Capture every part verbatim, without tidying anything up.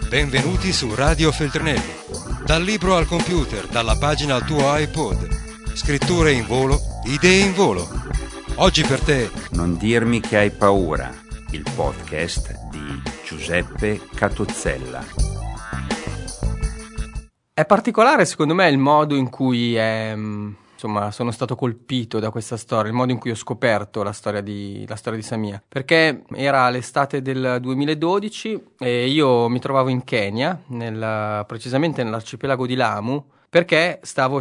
Benvenuti su Radio Feltrinelli. Dal libro al computer, dalla pagina al tuo iPod. Scritture in volo, idee in volo. Oggi per te Non dirmi che hai paura, il podcast di Giuseppe Catozzella. È particolare secondo me il modo in cui è, insomma, sono stato colpito da questa storia, il modo in cui ho scoperto la storia di, la storia di Samia, perché era l'estate del duemiladodici e io mi trovavo in Kenya, nel, precisamente nell'arcipelago di Lamu, perché stavo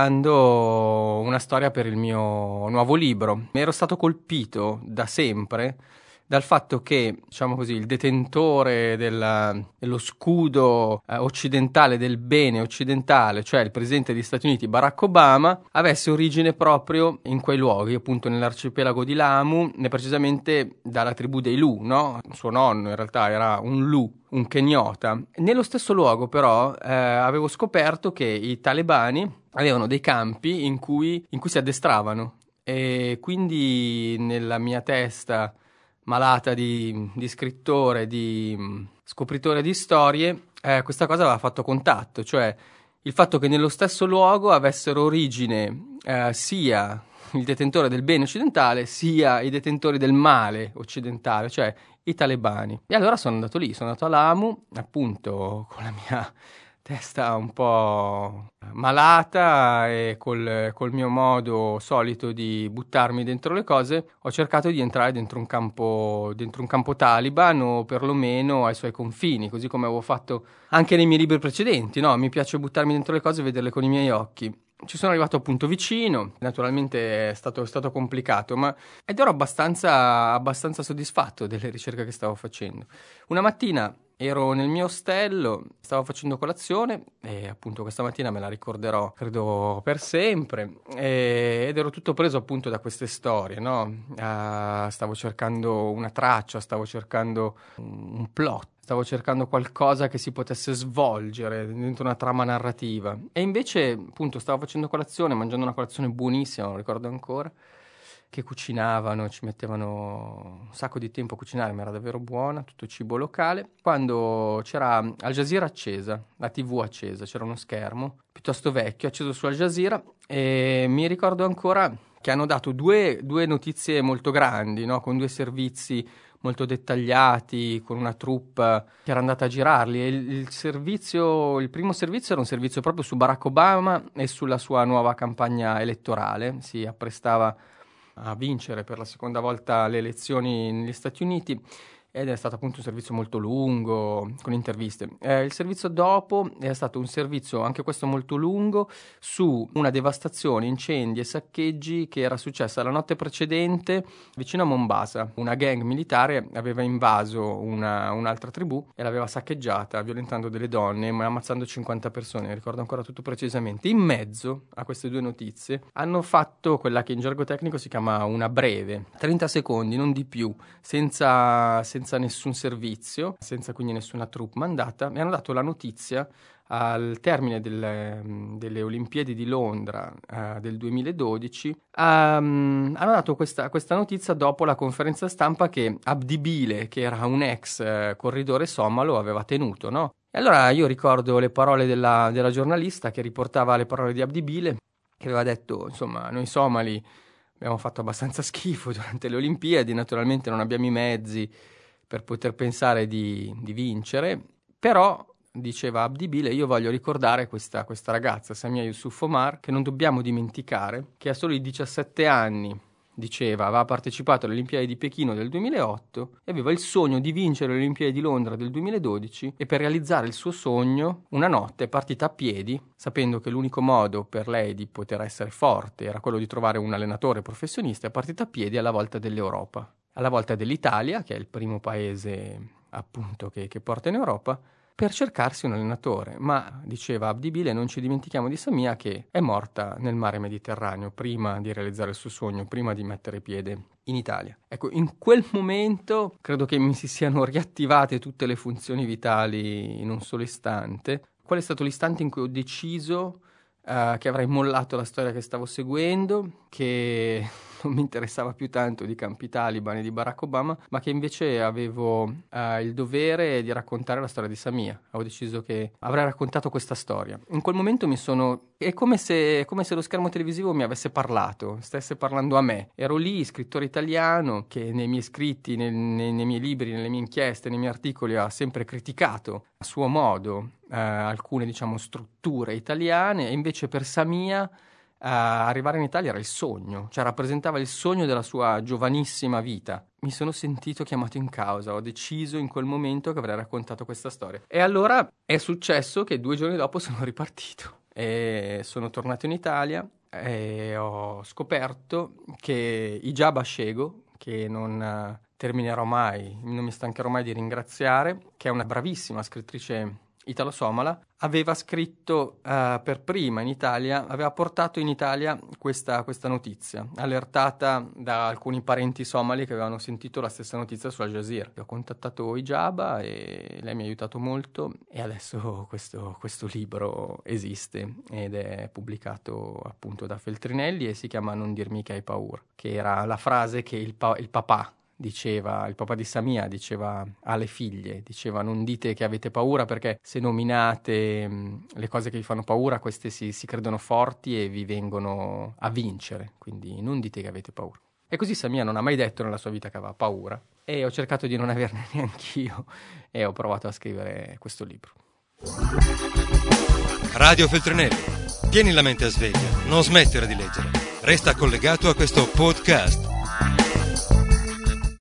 cercando una storia per il mio nuovo libro. Mi ero stato colpito da sempre dal fatto che, diciamo così, il detentore della, dello scudo eh, occidentale, del bene occidentale, cioè il presidente degli Stati Uniti Barack Obama, avesse origine proprio in quei luoghi, appunto nell'arcipelago di Lamu, né precisamente dalla tribù dei Lu, no? Suo nonno in realtà era un Lu, un kenyota. Nello stesso luogo però eh, avevo scoperto che i talebani avevano dei campi in cui, in cui si addestravano, e quindi nella mia testa malata di, di scrittore, di scopritore di storie, eh, questa cosa aveva fatto contatto, cioè il fatto che nello stesso luogo avessero origine eh, sia il detentore del bene occidentale sia i detentori del male occidentale, cioè i talebani. E allora sono andato lì, sono andato a Lamu, appunto con la mia testa un po' malata e col, col mio modo solito di buttarmi dentro le cose, ho cercato di entrare dentro un campo, dentro un campo taliban o perlomeno ai suoi confini, così come avevo fatto anche nei miei libri precedenti, no? Mi piace buttarmi dentro le cose e vederle con i miei occhi. Ci sono arrivato appunto vicino, naturalmente è stato, è stato complicato, ma ed ero abbastanza, abbastanza soddisfatto delle ricerche che stavo facendo. Una mattina ero nel mio ostello, stavo facendo colazione e appunto questa mattina me la ricorderò, credo, per sempre, e, ed ero tutto preso appunto da queste storie, no? Uh, stavo cercando una traccia, stavo cercando un plot. Stavo cercando qualcosa che si potesse svolgere dentro una trama narrativa. E invece, appunto, stavo facendo colazione, mangiando una colazione buonissima, non ricordo ancora, che cucinavano, ci mettevano un sacco di tempo a cucinare, ma era davvero buona, tutto cibo locale. Quando c'era Al Jazeera accesa, la tivù accesa, c'era uno schermo piuttosto vecchio, acceso su Al Jazeera, e mi ricordo ancora che hanno dato due, due notizie molto grandi, no? Con due servizi molto dettagliati, con una troupe che era andata a girarli. E il, il servizio, il primo servizio era un servizio proprio su Barack Obama e sulla sua nuova campagna elettorale. Si apprestava a vincere per la seconda volta le elezioni negli Stati Uniti ed è stato appunto un servizio molto lungo con interviste. Eh, il servizio dopo è stato un servizio anche questo molto lungo su una devastazione, incendi e saccheggi che era successa la notte precedente vicino a Mombasa. Una gang militare aveva invaso una, un'altra tribù e l'aveva saccheggiata violentando delle donne ma ammazzando cinquanta persone, ricordo ancora tutto precisamente. In mezzo a queste due notizie hanno fatto quella che in gergo tecnico si chiama una breve, trenta secondi, non di più, senza, senza senza nessun servizio, senza quindi nessuna troupe mandata, mi hanno dato la notizia al termine delle, delle Olimpiadi di Londra uh, del duemiladodici, um, hanno dato questa, questa notizia dopo la conferenza stampa che Abdi Bile, che era un ex uh, corridore somalo, aveva tenuto, no? E allora io ricordo le parole della, della giornalista che riportava le parole di Abdi Bile, che aveva detto, insomma, noi somali abbiamo fatto abbastanza schifo durante le Olimpiadi, naturalmente non abbiamo i mezzi per poter pensare di, di vincere, però, diceva Abdi Bile, io voglio ricordare questa, questa ragazza, Samia Yusuf Omar, che non dobbiamo dimenticare, che a soli diciassette anni, diceva, aveva partecipato alle Olimpiadi di Pechino del duemilaotto e aveva il sogno di vincere le Olimpiadi di Londra del duemiladodici, e per realizzare il suo sogno una notte è partita a piedi, sapendo che l'unico modo per lei di poter essere forte era quello di trovare un allenatore professionista, è partita a piedi alla volta dell'Europa. Alla volta dell'Italia, che è il primo paese appunto che, che porta in Europa, per cercarsi un allenatore. Ma, diceva Abdi Bile, non ci dimentichiamo di Samia che è morta nel mare Mediterraneo prima di realizzare il suo sogno, prima di mettere piede in Italia. Ecco, in quel momento credo che mi si siano riattivate tutte le funzioni vitali in un solo istante. Qual è stato l'istante in cui ho deciso uh, che avrei mollato la storia che stavo seguendo, che non mi interessava più tanto di campi Taliban e di Barack Obama, ma che invece avevo eh, il dovere di raccontare la storia di Samia. Avevo deciso che avrei raccontato questa storia. In quel momento mi sono... è come se, come se lo schermo televisivo mi avesse parlato, stesse parlando a me. Ero lì, scrittore italiano, che nei miei scritti, nei, nei, nei miei libri, nelle mie inchieste, nei miei articoli ha sempre criticato a suo modo eh, alcune, diciamo, strutture italiane, e invece per Samia Uh, arrivare in Italia era il sogno, cioè rappresentava il sogno della sua giovanissima vita. Mi sono sentito chiamato in causa, ho deciso in quel momento che avrei raccontato questa storia. E allora è successo che due giorni dopo sono ripartito e sono tornato in Italia e ho scoperto che Hijab Ashego, che non uh, terminerò mai, non mi stancherò mai di ringraziare, che è una bravissima scrittrice italo-somala, aveva scritto uh, per prima in Italia, aveva portato in Italia questa, questa notizia, allertata da alcuni parenti somali che avevano sentito la stessa notizia su Al Jazeera. Ho contattato Hijab e lei mi ha aiutato molto, e adesso questo, questo libro esiste ed è pubblicato appunto da Feltrinelli e si chiama Non dirmi che hai paura, che era la frase che il, pa- il papà diceva, il papà di Samia diceva alle figlie, diceva: non dite che avete paura, perché se nominate mh, le cose che vi fanno paura, queste si, si credono forti e vi vengono a vincere, quindi non dite che avete paura. E così Samia non ha mai detto nella sua vita che aveva paura, e ho cercato di non averne neanch'io e ho provato a scrivere questo libro. Radio Feltrinelli, tieni la mente a sveglia, non smettere di leggere, resta collegato a questo podcast.